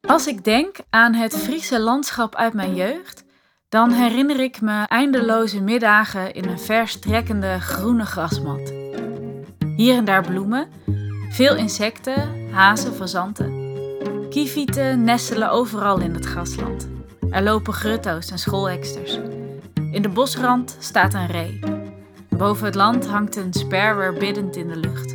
Als ik denk aan het Friese landschap uit mijn jeugd, dan herinner ik me eindeloze middagen in een verstrekkende groene grasmat. Hier en daar bloemen, veel insecten, hazen, fazanten. Kievieten nestelen overal in het grasland. Er lopen grutto's en schoolheksters. In de bosrand staat een ree. Boven het land hangt een sperwer biddend in de lucht.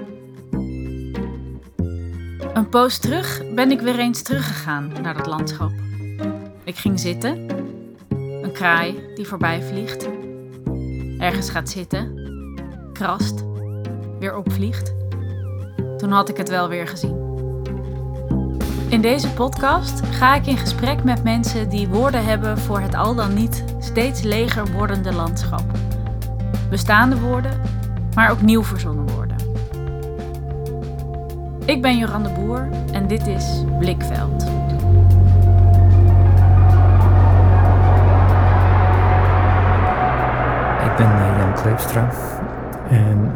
Een poos terug ben ik weer eens teruggegaan naar dat landschap. Ik ging zitten. Een kraai die voorbij vliegt. Ergens gaat zitten. Krast. Weer opvliegt. Toen had ik het wel weer gezien. In deze podcast ga ik in gesprek met mensen die woorden hebben voor het al dan niet steeds leger wordende landschap. Bestaande woorden, maar ook nieuw verzonnen woorden. Ik ben Joran de Boer en dit is Blikveld. Ik ben Jan Kleepstra en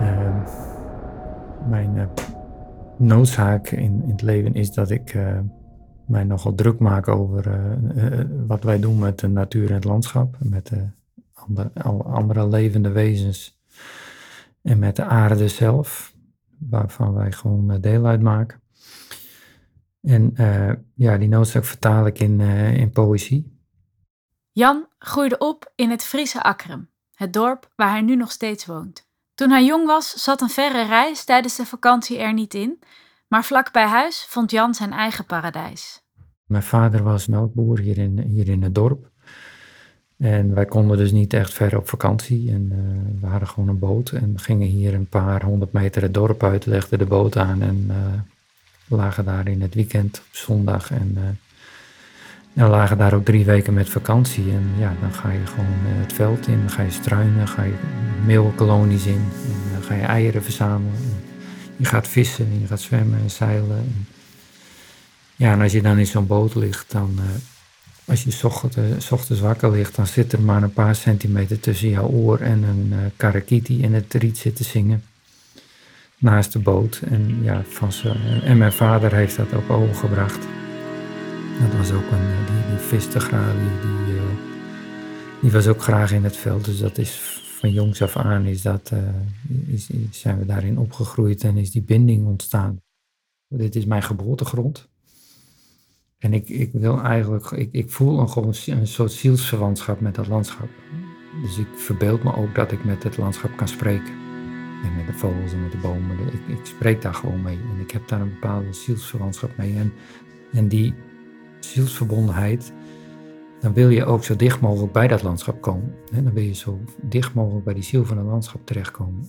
mijn noodzaak in het leven is dat ik mij nogal druk maak over wat wij doen met de natuur en het landschap, met andere levende wezens en met de aarde zelf, waarvan wij gewoon deel uitmaken. En die noodzaak vertaal ik in poëzie. Jan groeide op in het Friese Akkerum, het dorp waar hij nu nog steeds woont. Toen hij jong was, zat een verre reis tijdens de vakantie er niet in, maar vlak bij huis vond Jan zijn eigen paradijs. Mijn vader was melkboer hier in het dorp. En wij konden dus niet echt ver op vakantie. En we hadden gewoon een boot en gingen hier een paar 100 meter het dorp uit, legden de boot aan en lagen daar in het weekend op zondag. En lagen daar ook 3 weken met vakantie. En ja, dan ga je gewoon het veld in, dan ga je struinen, ga je meelkolonies in. En dan ga je eieren verzamelen. Je gaat vissen en je gaat zwemmen en zeilen. En als je dan in zo'n boot ligt, dan als je 's ochtends wakker ligt, dan zit er maar een paar centimeter tussen jouw oor en een karakiti in het riet zit te zingen. Naast de boot. En mijn vader heeft dat ook overgebracht. Dat was ook die viste graag, die was ook graag in het veld. Dus dat is van jongs af aan zijn we daarin opgegroeid en is die binding ontstaan. Dit is mijn geboortegrond. En ik wil eigenlijk, ik voel gewoon een soort zielsverwantschap met dat landschap. Dus ik verbeeld me ook dat ik met het landschap kan spreken. En met de vogels en met de bomen. Ik spreek daar gewoon mee. En ik heb daar een bepaalde zielsverwantschap mee. En die zielsverbondenheid, dan wil je ook zo dicht mogelijk bij dat landschap komen. Dan wil je zo dicht mogelijk bij die ziel van het landschap terechtkomen.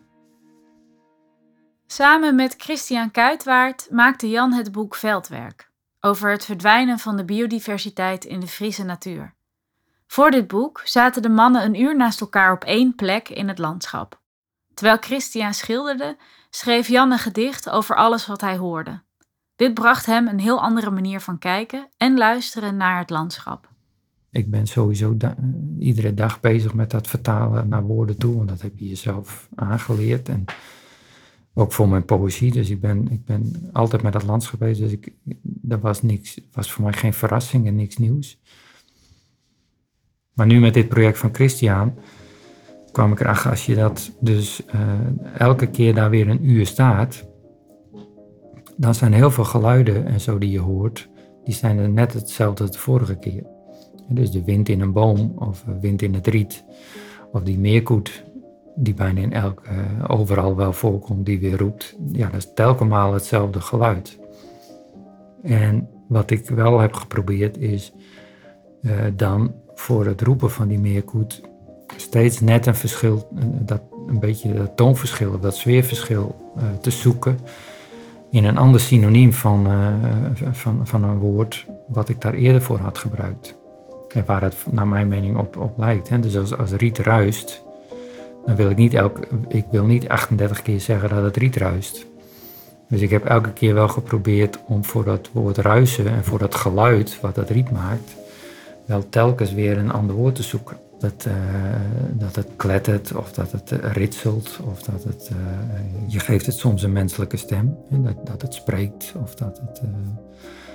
Samen met Christian Kuytwaert maakte Jan het boek Veldwerk, over het verdwijnen van de biodiversiteit in de Friese natuur. Voor dit boek zaten de mannen een uur naast elkaar op 1 plek in het landschap. Terwijl Christian schilderde, schreef Jan een gedicht over alles wat hij hoorde. Dit bracht hem een heel andere manier van kijken en luisteren naar het landschap. Ik ben sowieso iedere dag bezig met dat vertalen naar woorden toe, want dat heb je jezelf aangeleerd. En ook voor mijn poëzie, dus ik ben altijd met dat landschap bezig. Dus er was voor mij geen verrassing en niks nieuws. Maar nu met dit project van Christian kwam ik erachter, als je dat dus elke keer daar weer een uur staat, dan zijn heel veel geluiden en zo die je hoort, die zijn er net hetzelfde als de vorige keer. Dus de wind in een boom of wind in het riet of die meerkoet die bijna overal wel voorkomt, die weer roept. Ja, dat is telkenmaal hetzelfde geluid. En wat ik wel heb geprobeerd is dan voor het roepen van die meerkoet steeds net een verschil, een beetje dat toonverschil of dat sfeerverschil te zoeken in een ander synoniem van een woord wat ik daar eerder voor had gebruikt. En waar het naar mijn mening op lijkt. Hè. Dus als riet ruist, dan wil ik wil niet 38 keer zeggen dat het riet ruist. Dus ik heb elke keer wel geprobeerd om voor dat woord ruisen en voor dat geluid wat dat riet maakt, wel telkens weer een ander woord te zoeken. Dat het klettert of dat het ritselt of dat het... je geeft het soms een menselijke stem. Dat het spreekt of dat het... Ik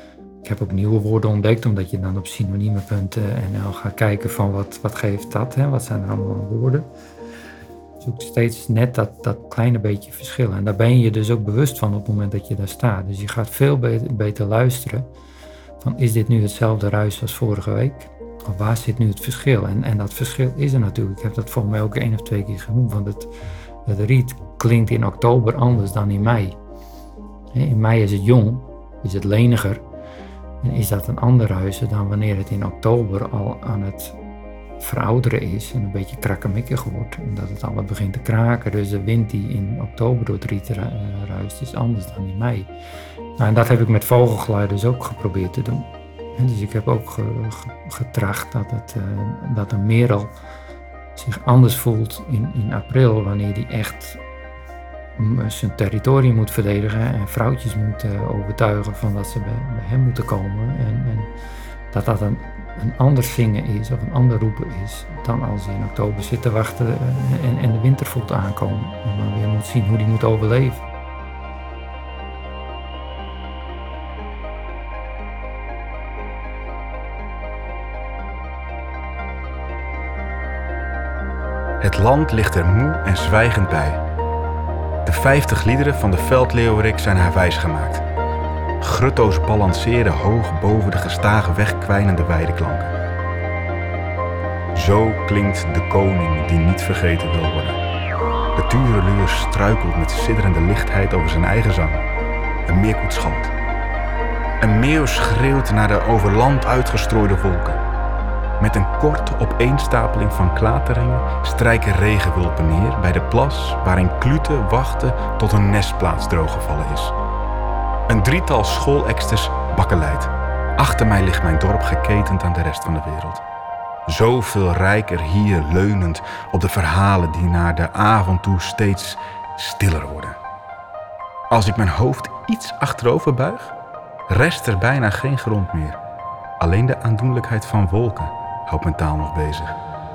heb ook nieuwe woorden ontdekt, omdat je dan op synonieme.nl gaat kijken van wat geeft dat, hè? Wat zijn er allemaal woorden. Zoek steeds net dat kleine beetje verschil. En daar ben je dus ook bewust van op het moment dat je daar staat. Dus je gaat veel beter luisteren van, is dit nu hetzelfde ruis als vorige week? Of waar zit nu het verschil? En dat verschil is er natuurlijk. Ik heb dat volgens mij ook 1 of 2 keer genoemd. Want het riet klinkt in oktober anders dan in mei. In mei is het jong, is het leniger. En is dat een ander ruisen dan wanneer het in oktober al aan het verouderen is en een beetje krakkemikkig wordt. En dat het al begint te kraken. Dus de wind die in oktober door het riet ruist is anders dan in mei. Nou, en dat heb ik met vogelgeluid dus ook geprobeerd te doen. En dus ik heb ook getracht dat een merel zich anders voelt in april, wanneer die echt zijn territorium moet verdedigen en vrouwtjes moet overtuigen van dat ze bij hem moeten komen. En dat een ander zingen is of een ander roepen is dan als hij in oktober zit te wachten en de winter voelt aankomen. En dan weer moet zien hoe die moet overleven. Het land ligt er moe en zwijgend bij. De 50 liederen van de veldleeuwerik zijn haar wijsgemaakt. Grutto's balanceren hoog boven de gestage wegkwijnende weideklanken. Zo klinkt de koning die niet vergeten wil worden. De tureluur struikelt met sidderende lichtheid over zijn eigen zang. Een meerkoet schalt. Een meeuw schreeuwt naar de over land uitgestrooide wolken. Met een korte opeenstapeling van klateringen strijken regenwulpen neer bij de plas waarin kluten wachten tot een nestplaats drooggevallen is. Een 3-tal schooleksters bakkeleit. Achter mij ligt mijn dorp geketend aan de rest van de wereld. Zoveel rijker hier leunend op de verhalen die naar de avond toe steeds stiller worden. Als ik mijn hoofd iets achterover buig, rest er bijna geen grond meer. Alleen de aandoenlijkheid van wolken houdt mijn taal nog bezig.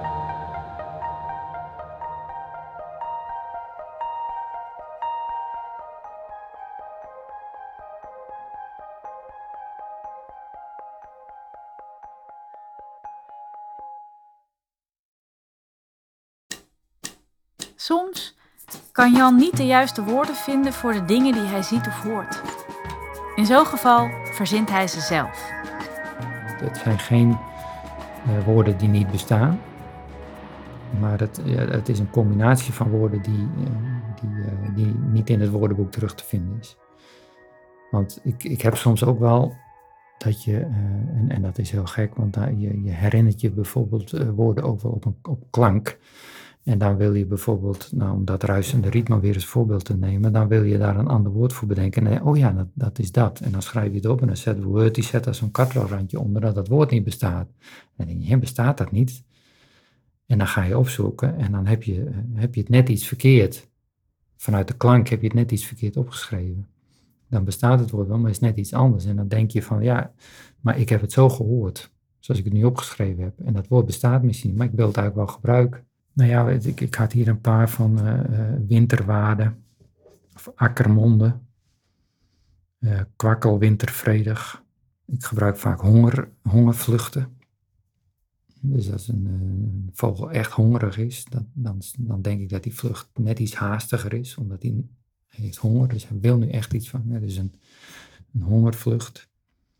Soms kan Jan niet de juiste woorden vinden voor de dingen die hij ziet of hoort. In zo'n geval verzint hij ze zelf. Het zijn geen woorden die niet bestaan, maar het is een combinatie van woorden die niet in het woordenboek terug te vinden is. Want ik heb soms ook wel dat je, en dat is heel gek, want je herinnert je bijvoorbeeld woorden over op klank. En dan wil je bijvoorbeeld, om dat ruisende ritme weer als voorbeeld te nemen, dan wil je daar een ander woord voor bedenken. En oh ja, dat is dat. En dan schrijf je het op en dan zet Word, die zet daar zo'n katrolrandje onder dat het woord niet bestaat. En dan denk je, bestaat dat niet? En dan ga je opzoeken en dan heb je het net iets verkeerd. Vanuit de klank heb je het net iets verkeerd opgeschreven. Dan bestaat het woord wel, maar is net iets anders. En dan denk je van, ja, maar ik heb het zo gehoord, zoals ik het nu opgeschreven heb. En dat woord bestaat misschien, maar ik wil het eigenlijk wel gebruiken. Nou ja, ik had hier een paar van winterwaarde, of akkermonde, kwakkel, wintervredig. Ik gebruik vaak hongervluchten. Dus als een vogel echt hongerig is, dan denk ik dat die vlucht net iets haastiger is, omdat hij heeft honger, dus hij wil nu echt iets van. Ja, dus een hongervlucht.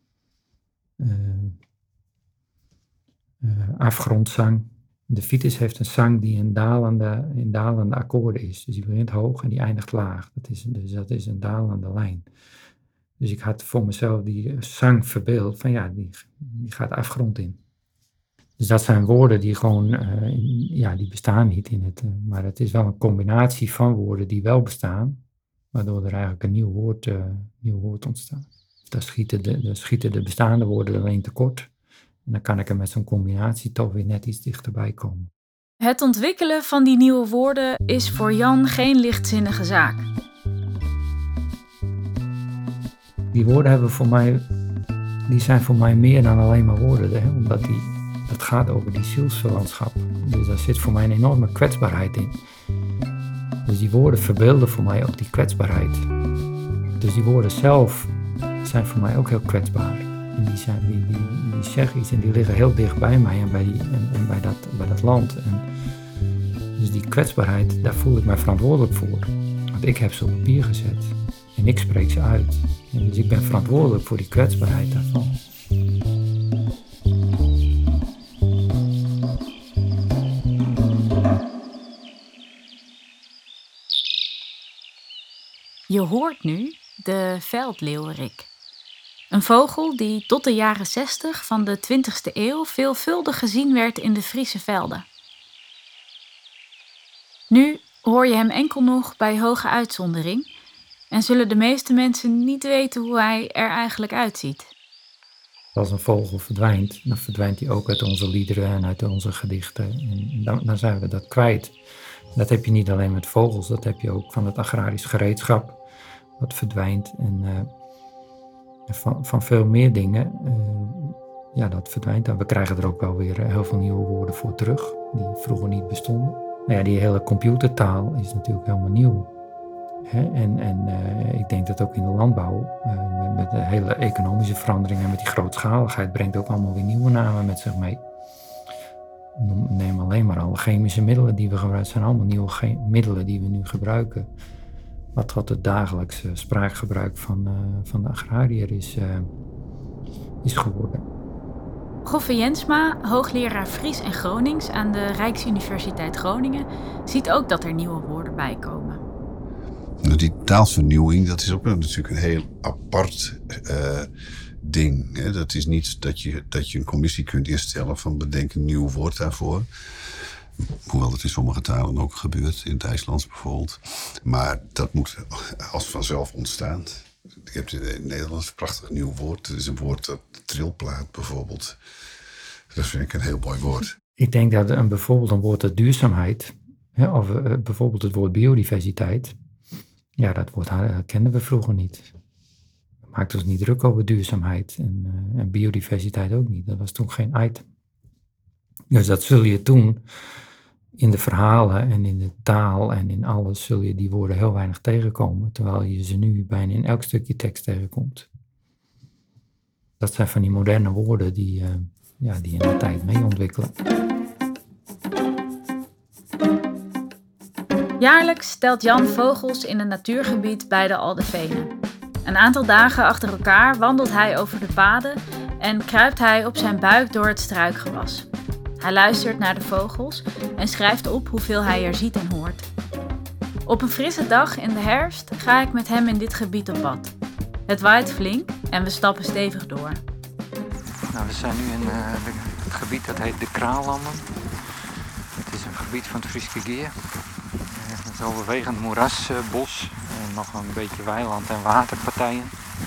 Afgrondzang. De Vitis heeft een zang die in dalende akkoorden is. Dus die begint hoog en die eindigt laag. Dat is een dalende lijn. Dus ik had voor mezelf die zang verbeeld van ja, die gaat afgrond in. Dus dat zijn woorden die gewoon, die bestaan niet in het, maar het is wel een combinatie van woorden die wel bestaan, waardoor er eigenlijk een nieuw woord ontstaat. Dan schieten de bestaande woorden alleen tekort. En dan kan ik er met zo'n combinatie toch weer net iets dichterbij komen. Het ontwikkelen van die nieuwe woorden is voor Jan geen lichtzinnige zaak. Die woorden die zijn voor mij meer dan alleen maar woorden, hè? Omdat het gaat over die zielsverwantschap. Dus daar zit voor mij een enorme kwetsbaarheid in. Dus die woorden verbeelden voor mij ook die kwetsbaarheid. Dus die woorden zelf zijn voor mij ook heel kwetsbaar. die seggies en die liggen heel dicht bij mij en bij dat land. En dus die kwetsbaarheid, daar voel ik mij verantwoordelijk voor. Want ik heb ze op papier gezet en ik spreek ze uit. En dus ik ben verantwoordelijk voor die kwetsbaarheid daarvan. Je hoort nu de veldleeuwerik. Een vogel die tot de jaren 60 van de 20e eeuw veelvuldig gezien werd in de Friese velden. Nu hoor je hem enkel nog bij hoge uitzondering en zullen de meeste mensen niet weten hoe hij er eigenlijk uitziet. Als een vogel verdwijnt, dan verdwijnt hij ook uit onze liederen en uit onze gedichten. En dan zijn we dat kwijt. Dat heb je niet alleen met vogels, dat heb je ook van het agrarisch gereedschap, wat verdwijnt. En van veel meer dingen, dat verdwijnt. En we krijgen er ook wel weer heel veel nieuwe woorden voor terug, die vroeger niet bestonden. Nou ja, die hele computertaal is natuurlijk helemaal nieuw. Hè? En ik denk dat ook in de landbouw, met de hele economische veranderingen en met die grootschaligheid, brengt ook allemaal weer nieuwe namen met zich mee. Neem alleen maar alle chemische middelen die we gebruiken. Het zijn allemaal nieuwe middelen die we nu gebruiken. Wat het dagelijkse spraakgebruik van de agrariër is geworden. Goffe Jensma, hoogleraar Fries en Gronings aan de Rijksuniversiteit Groningen, ziet ook dat er nieuwe woorden bijkomen. Die taalvernieuwing, dat is ook natuurlijk een heel apart ding. Hè? Dat is niet dat je een commissie kunt instellen van bedenk een nieuw woord daarvoor. Hoewel dat in sommige talen ook gebeurt, in het IJslands bijvoorbeeld. Maar dat moet als vanzelf ontstaan. Ik heb in het Nederlands een prachtig nieuw woord. Het is een woord dat trilplaat bijvoorbeeld. Dat vind ik een heel mooi woord. Ik denk dat bijvoorbeeld een woord als duurzaamheid, of bijvoorbeeld het woord biodiversiteit, ja, dat woord kenden we vroeger niet. We maakten ons niet druk over duurzaamheid en biodiversiteit ook niet. Dat was toen geen item. Dus dat zul je toen in de verhalen en in de taal en in alles zul je die woorden heel weinig tegenkomen, terwijl je ze nu bijna in elk stukje tekst tegenkomt. Dat zijn van die moderne woorden die in de tijd mee ontwikkelen. Jaarlijks stelt Jan vogels in een natuurgebied bij de Aldevenen. Een aantal dagen achter elkaar wandelt hij over de paden en kruipt hij op zijn buik door het struikgewas. Hij luistert naar de vogels en schrijft op hoeveel hij er ziet en hoort. Op een frisse dag in de herfst ga ik met hem in dit gebied op pad. Het waait flink en we stappen stevig door. Nou, we zijn nu in het gebied dat heet de Kraallanden. Het is een gebied van het Frieske Geer. Het is overwegend moerasbos en nog een beetje weiland en waterpartijen.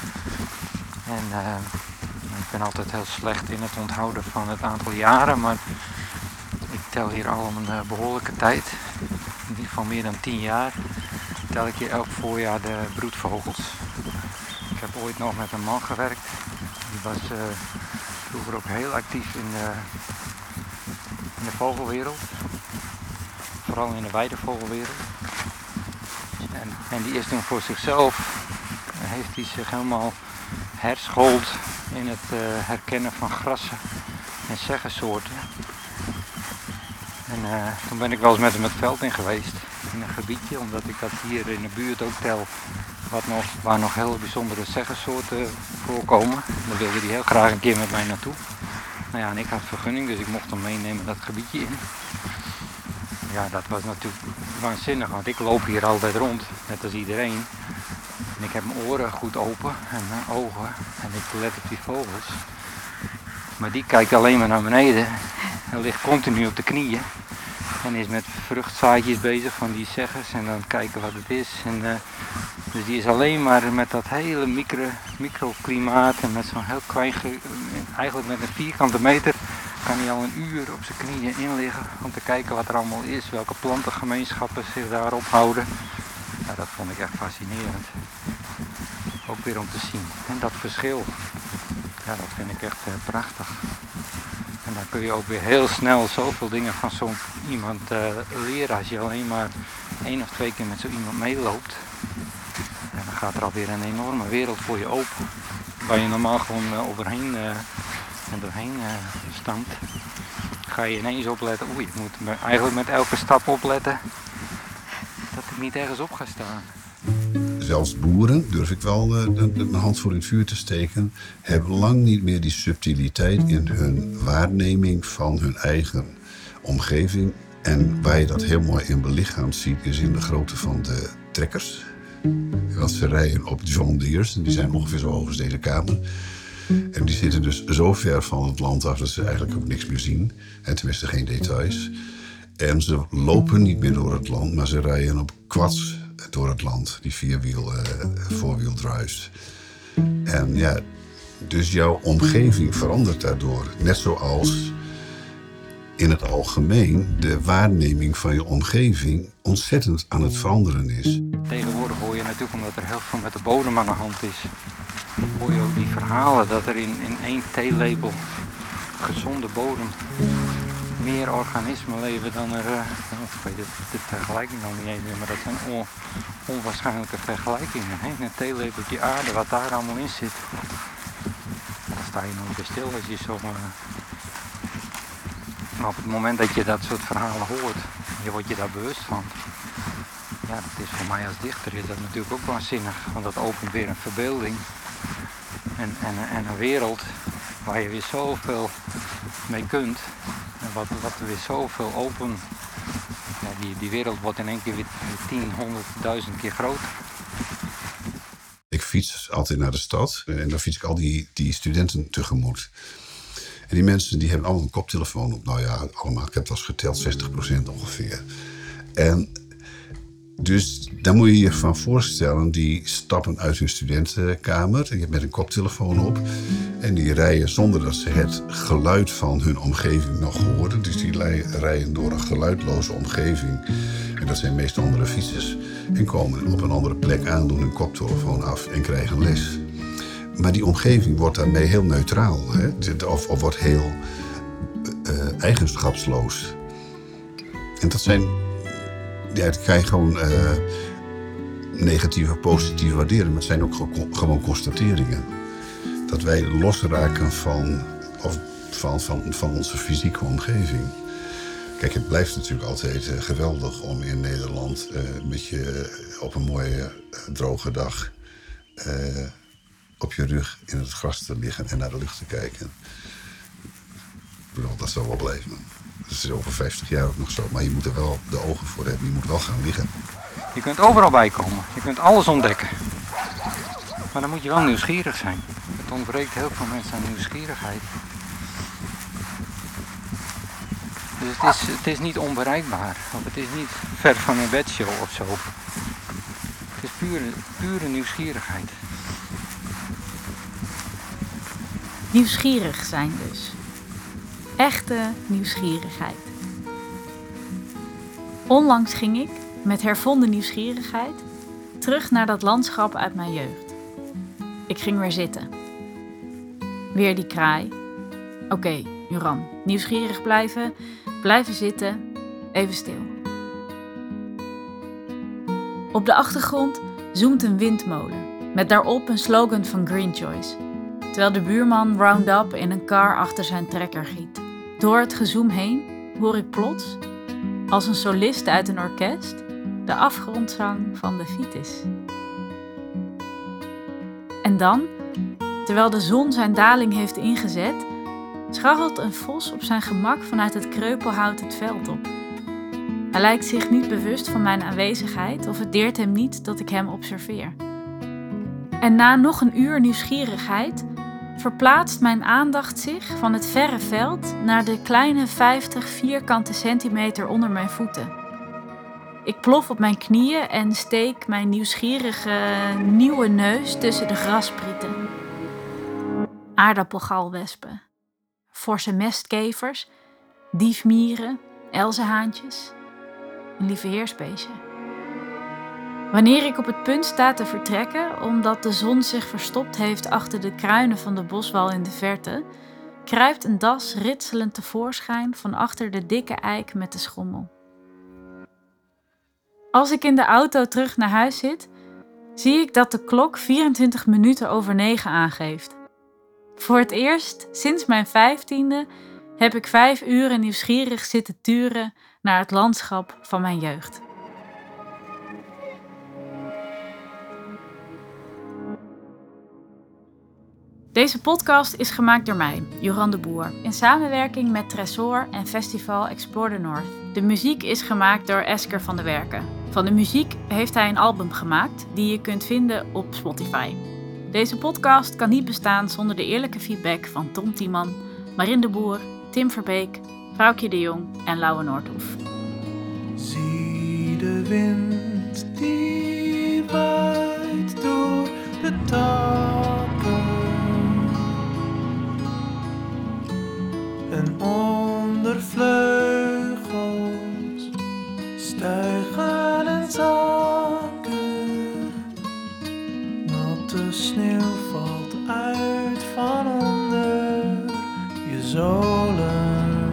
En ik ben altijd heel slecht in het onthouden van het aantal jaren, maar ik tel hier al een behoorlijke tijd. In ieder geval meer dan 10 jaar tel ik hier elk voorjaar de broedvogels. Ik heb ooit nog met een man gewerkt. Die was vroeger ook heel actief in de vogelwereld. Vooral in de weidevogelwereld. En die is toen voor zichzelf, heeft hij zich helemaal herschoold in het herkennen van grassen en zeggensoorten. En toen ben ik wel eens met hem het veld in geweest, in een gebiedje, omdat ik dat hier in de buurt ook tel, waar nog hele bijzondere zeggensoorten voorkomen. Daar wilde hij heel graag een keer met mij naartoe. Nou ja, en ik had vergunning, dus ik mocht hem meenemen dat gebiedje in. Ja, dat was natuurlijk waanzinnig, want ik loop hier altijd rond, net als iedereen. En ik heb mijn oren goed open en mijn ogen en ik let op die vogels. Maar die kijkt alleen maar naar beneden en ligt continu op de knieën. En is met vruchtzaadjes bezig van die zeggers en dan kijken wat het is. En, dus die is alleen maar met dat hele microklimaat en met zo'n heel klein, eigenlijk met een vierkante meter, kan hij al een uur op zijn knieën in liggen om te kijken wat er allemaal is, welke plantengemeenschappen zich daar ophouden. Ja, dat vond ik echt fascinerend. Ook weer om te zien. En dat verschil, ja, dat vind ik echt prachtig. En dan kun je ook weer heel snel zoveel dingen van zo'n iemand leren als je alleen maar 1 of 2 keer met zo iemand meeloopt. En dan gaat er alweer een enorme wereld voor je open. Waar je normaal gewoon overheen en doorheen stampt. Ga je ineens opletten, je moet eigenlijk met elke stap opletten dat ik niet ergens op ga staan. Zelfs boeren, durf ik wel een hand voor in het vuur te steken, hebben lang niet meer die subtiliteit in hun waarneming van hun eigen omgeving. En waar je dat heel mooi in belichaamd ziet, is in de grootte van de trekkers. Want ze rijden op John Deere's, en die zijn ongeveer zo hoog als deze kamer. En die zitten dus zo ver van het land af dat ze eigenlijk ook niks meer zien. En tenminste geen details. En ze lopen niet meer door het land, maar ze rijden op quads door het land. Die voorwiel drives. En ja, dus jouw omgeving verandert daardoor. Net zoals in het algemeen de waarneming van je omgeving ontzettend aan het veranderen is. Tegenwoordig hoor je natuurlijk, omdat er heel veel met de bodem aan de hand is, hoor je ook die verhalen dat er in één theelepel gezonde bodem meer organismen leven dan er... ik weet de vergelijking nog niet eens meer, maar dat zijn onwaarschijnlijke vergelijkingen. Hè? Een theelepeltje aarde, wat daar allemaal in zit. Daar sta je nooit bij stil als je zo... Maar op het moment dat je dat soort verhalen hoort, je wordt je daar bewust van. Ja, dat is voor mij als dichter is dat natuurlijk ook waanzinnig, want dat opent weer een verbeelding. En een wereld waar je weer zoveel mee kunt. En wat weer zoveel open. Ja, die wereld wordt in één keer weer 10, 100.000 keer groter. Ik fiets altijd naar de stad en dan fiets ik al die studenten tegemoet. En die mensen die hebben allemaal een koptelefoon op. Nou ja, allemaal, ik heb het als geteld, 60% ongeveer. En dus daar moet je je van voorstellen, die stappen uit hun studentenkamer met een koptelefoon op. En die rijden zonder dat ze het geluid van hun omgeving nog horen. Dus die rijden door een geluidloze omgeving. En dat zijn meestal andere fietsers. En komen op een andere plek aan, doen hun koptelefoon af en krijgen les. Maar die omgeving wordt daarmee heel neutraal. Hè? Of wordt heel eigenschapsloos. En dat zijn... Ja, dat kan je gewoon negatief of positief waarderen. Maar het zijn ook gewoon constateringen. Dat wij losraken van onze fysieke omgeving. Kijk, het blijft natuurlijk altijd geweldig om in Nederland met je op een mooie droge dag op je rug in het gras te liggen en naar de lucht te kijken. Ik bedoel, dat zal wel blijven. Dat is over 50 jaar ook nog zo. Maar je moet er wel de ogen voor hebben. Je moet wel gaan liggen. Je kunt overal bij komen. Je kunt alles ontdekken. Maar dan moet je wel nieuwsgierig zijn. Het ontbreekt heel veel mensen aan nieuwsgierigheid. Dus het is niet onbereikbaar. Of het is niet ver van een bedshow of zo. Het is pure nieuwsgierigheid. Nieuwsgierig zijn dus. Echte nieuwsgierigheid. Onlangs ging ik, met hervonden nieuwsgierigheid, terug naar dat landschap uit mijn jeugd. Ik ging weer zitten. Weer die kraai. Oké, Joran, nieuwsgierig blijven zitten, even stil. Op de achtergrond zoemt een windmolen, met daarop een slogan van Green Choice, terwijl de buurman Roundup in een kar achter zijn trekker giet. Door het gezoem heen hoor ik plots, als een solist uit een orkest, de afgrondzang van de Vitis. En dan, terwijl de zon zijn daling heeft ingezet, scharrelt een vos op zijn gemak vanuit het kreupelhout het veld op. Hij lijkt zich niet bewust van mijn aanwezigheid of het deert hem niet dat ik hem observeer. En na nog een uur nieuwsgierigheid verplaatst mijn aandacht zich van het verre veld naar de kleine 50 vierkante centimeter onder mijn voeten. Ik plof op mijn knieën en steek mijn nieuwsgierige nieuwe neus tussen de grassprieten. Aardappelgalwespen, forse mestkevers, diefmieren, elzenhaantjes, een lieveheersbeestje. Wanneer ik op het punt sta te vertrekken, omdat de zon zich verstopt heeft achter de kruinen van de boswal in de verte, kruipt een das ritselend tevoorschijn van achter de dikke eik met de schommel. Als ik in de auto terug naar huis zit, zie ik dat de klok 24 minuten over 9 aangeeft. Voor het eerst sinds mijn 15e heb ik 5 uren nieuwsgierig zitten turen naar het landschap van mijn jeugd. Deze podcast is gemaakt door mij, Joran de Boer, in samenwerking met Tresor en Festival Explore the North. De muziek is gemaakt door Esker van de Werken. Van de muziek heeft hij een album gemaakt die je kunt vinden op Spotify. Deze podcast kan niet bestaan zonder de eerlijke feedback van Tom Tiemann, Marien de Boer, Tim Verbeek, Vrouwtje de Jong en Lauwe Noordhoef. Zie de wind die waait door de takken en onder vleugels stijgen en zakken. Natte sneeuw valt uit van onder je zolen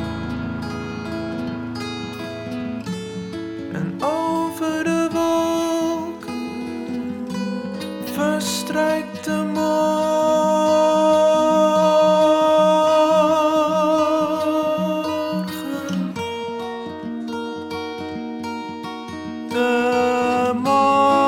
en over de wolken verstrijkt de morgen. De morgen.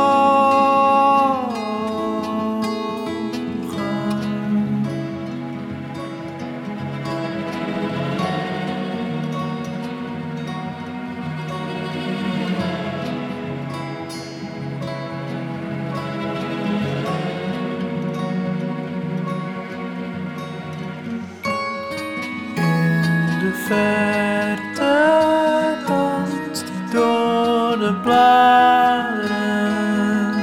In de verte danst door de bladeren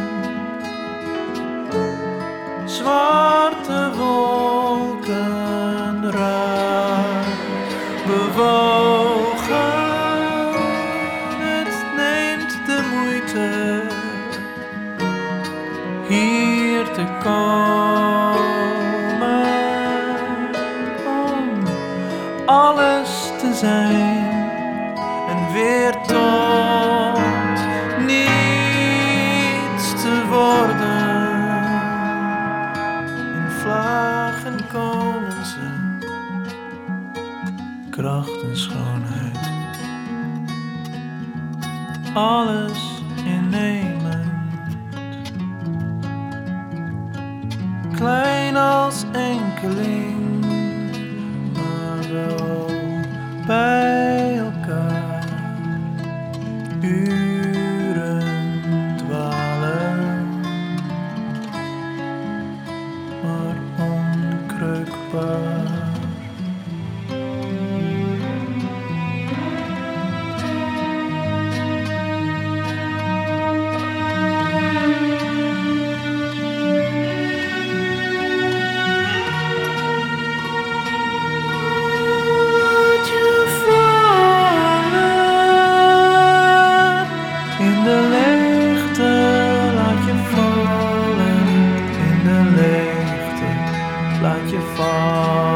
zwarte wolken raar bewogen. Het neemt de moeite hier te komen om alles te zijn en weer tot niets te worden. In vlagen komen ze, kracht en schoonheid, alles innemend, klein als enkeling, maar wel bij elkaar. Uren dwalen, maar onkreukbaar. Laat je vallen in de leegte, laat je vallen in de leegte, laat je vallen.